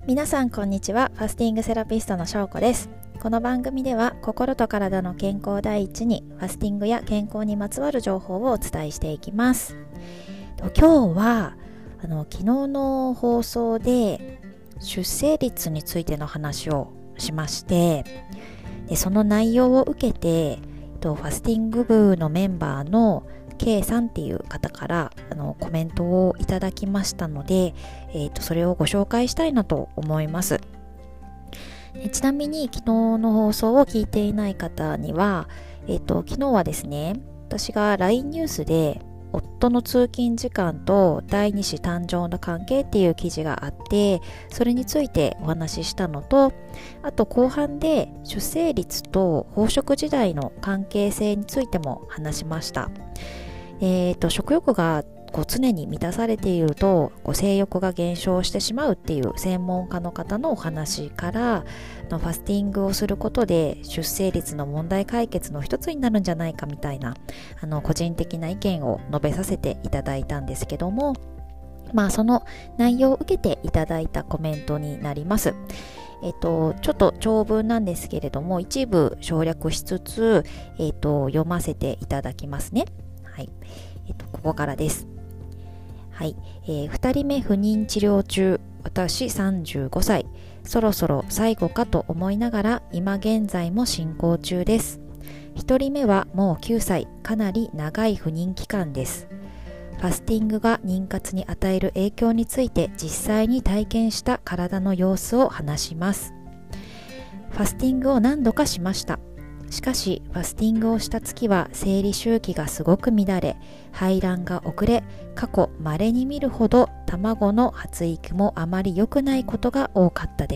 皆さんこんにちは。ファスティングセラピストのしょうこです。この番組では心と体の健康第一にファスティングや健康にまつわる情報をお伝えしていきます。今日は昨日の放送で出生率についての話をしまして、でその内容を受けてファスティング部のメンバーの K さんっていう方からコメントをいただきましたので、それをご紹介したいなと思います。ちなみに昨日の放送を聞いていない方には、昨日はですね、私が LINE ニュースで夫の通勤時間と第二子誕生の関係っていう記事があって、それについてお話ししたのと、あと後半で出生率と飽食時代の関係性についても話しました。食欲が常に満たされていると性欲が減少してしまうっていう専門家の方のお話からファスティングをすることで出生率の問題解決の一つになるんじゃないかみたいな個人的な意見を述べさせていただいたんですけども、その内容を受けていただいたコメントになります。ちょっと長文なんですけれども一部省略しつつ、読ませていただきますね。はい、ここからです。はい、2人目不妊治療中、私35歳、そろそろ最後かと思いながら今現在も進行中です。1人目はもう9歳、かなり長い不妊期間です。ファスティングが妊活に与える影響について実際に体験した体の様子を話します。ファスティングを何度かしました。しかしファスティングをした月は生理周期がすごく乱れ、排卵が遅れ、過去稀に見るほど卵の発育もあまり良くないことが多かったです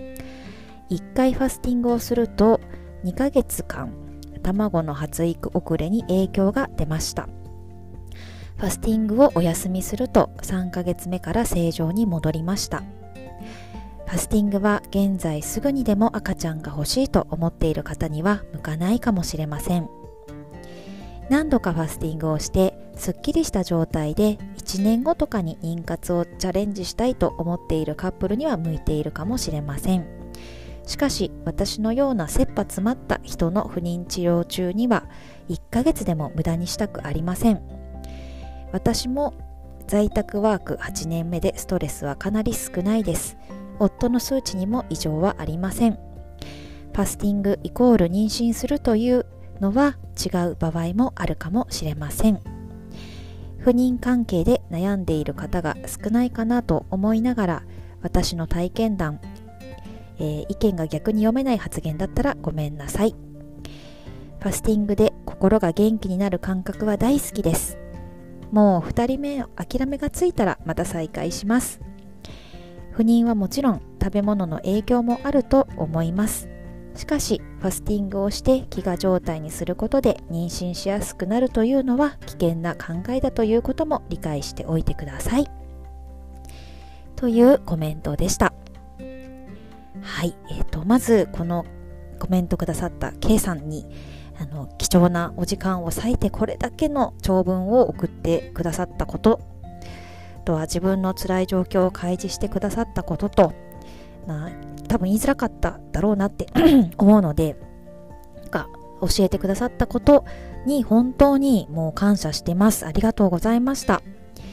。1回ファスティングをすると2ヶ月間卵の発育遅れに影響が出ました。ファスティングをお休みすると3ヶ月目から正常に戻りました。ファスティングは現在すぐにでも赤ちゃんが欲しいと思っている方には向かないかもしれません。何度かファスティングをしてすっきりした状態で1年後とかに妊活をチャレンジしたいと思っているカップルには向いているかもしれません。しかし私のような切羽詰まった人の不妊治療中には1ヶ月でも無駄にしたくありません。私も在宅ワーク8年目でストレスはかなり少ないです。夫の数値にも異常はありません。ファスティングイコール妊娠するというのは違う場合もあるかもしれません。不妊関係で悩んでいる方が少ないかなと思いながら、私の体験談、意見が逆に読めない発言だったらごめんなさい。ファスティングで心が元気になる感覚は大好きです。もう2人目諦めがついたらまた再開します。不妊はもちろん食べ物の影響もあると思います。しかしファスティングをして飢餓状態にすることで妊娠しやすくなるというのは危険な考えだということも理解しておいてください。というコメントでした。はい、まずこのコメントくださった K さんに貴重なお時間を割いてこれだけの長文を送ってくださったこととは、自分の辛い状況を開示してくださったことと、多分言いづらかっただろうなって思うので、教えてくださったことに本当にもう感謝してます。ありがとうございました。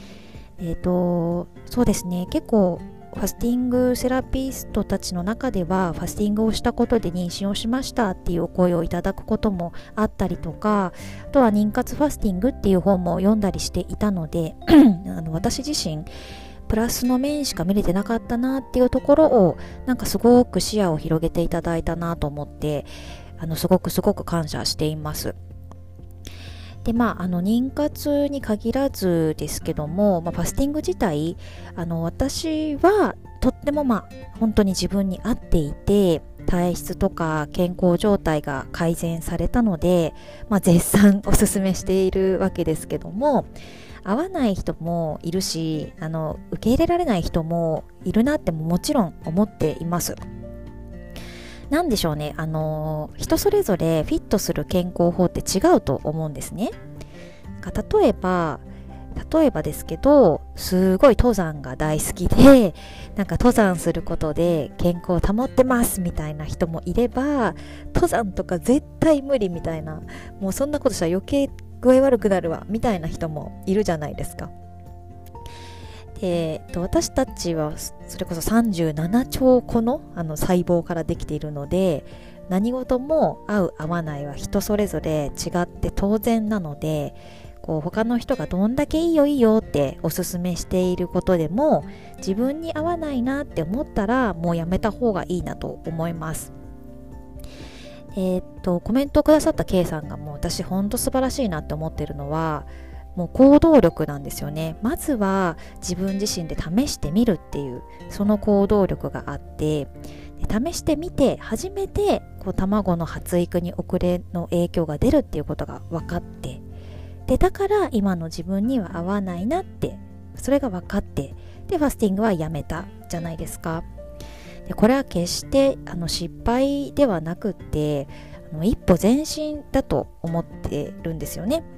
そうですね、結構ファスティングセラピストたちの中ではファスティングをしたことで妊娠をしましたっていうお声をいただくこともあったりとか、あとは妊活ファスティングっていう本も読んだりしていたので私自身プラスの面しか見れてなかったなっていうところをすごく視野を広げていただいたなと思ってすごく感謝しています。で妊活に限らずですけども、ファスティング自体私はとっても本当に自分に合っていて、体質とか健康状態が改善されたので、絶賛おすすめしているわけですけども、合わない人もいるし受け入れられない人もいるなってもちろん思っています。なんでしょうね、人それぞれフィットする健康法って違うと思うんですね。例えば例えばですけど、すごい登山が大好きで、なんか登山することで健康を保ってますみたいな人もいれば、登山とか絶対無理みたいな、もうそんなことしたら余計具合悪くなるわみたいな人もいるじゃないですか。で、私たちはそれこそ37兆個の細胞からできているので、何事も合う合わないは人それぞれ違って当然なので、他の人がどんだけいいよいいよっておすすめしていることでも、自分に合わないなって思ったらもうやめた方がいいなと思います。コメントをくださった K さんがもう私ほんと素晴らしいなって思ってるのは、もう行動力なんですよね。まずは自分自身で試してみるっていう、その行動力があって、試してみて初めて卵の発育に遅れの影響が出るっていうことが分かって、でだから今の自分には合わないなって、それが分かって、でファスティングはやめたじゃないですか。でこれは決して失敗ではなくって、一歩前進だと思ってるんですよね。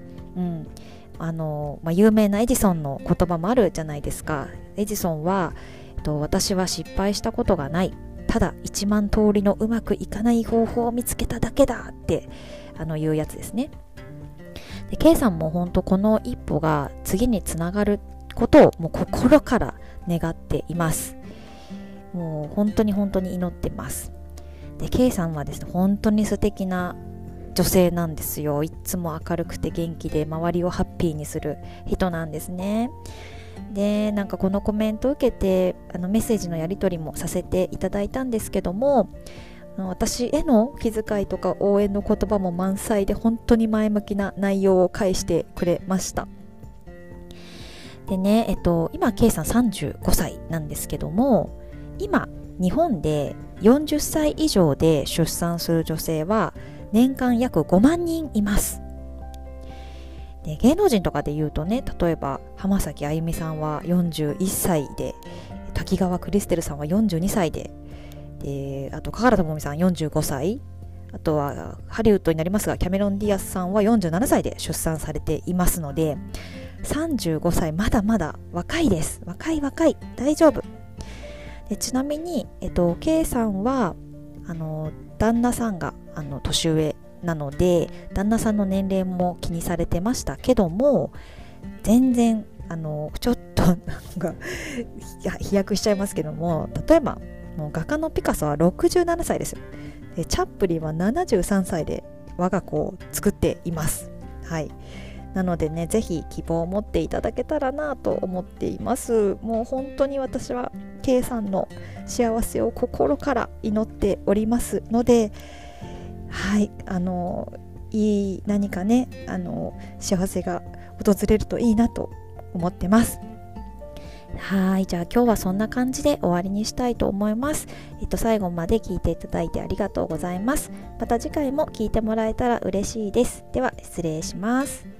有名なエジソンの言葉もあるじゃないですか。エジソンは、私は失敗したことがない、ただ1万通りのうまくいかない方法を見つけただけだっていうやつですね。で K さんも本当この一歩が次につながることをもう心から願っています。もう本当に祈ってます。で K さんはですね、本当に素敵な女性なんですよ。いつも明るくて元気で周りをハッピーにする人なんですね。でなんかこのコメントを受けてメッセージのやり取りもさせていただいたんですけども、私への気遣いとか応援の言葉も満載で、本当に前向きな内容を返してくれました。でね、今 K さん35歳なんですけども、今日本で40歳以上で出産する女性は年間約5万人います。で芸能人とかで言うとね、例えば浜崎あゆみさんは41歳で、滝川クリステルさんは42歳で、あと香原朋美さん45歳、あとはハリウッドになりますがキャメロン・ディアスさんは47歳で出産されていますので、35歳まだまだ若いです。若い大丈夫で、ちなみに、K さんは旦那さんが年上なので、旦那さんの年齢も気にされてましたけども、全然ちょっとなんか飛躍しちゃいますけども、例えばもう画家のピカソは67歳ですよ。でチャップリンは73歳で我が子を作っています。はい。なのでね、ぜひ希望を持っていただけたらなと思っています。もう本当に私は K さんの幸せを心から祈っておりますので、はい、何かね、幸せが訪れるといいなと思ってます。はい、じゃあ今日はそんな感じで終わりにしたいと思います。最後まで聞いていただいてありがとうございます。また次回も聞いてもらえたら嬉しいです。では失礼します。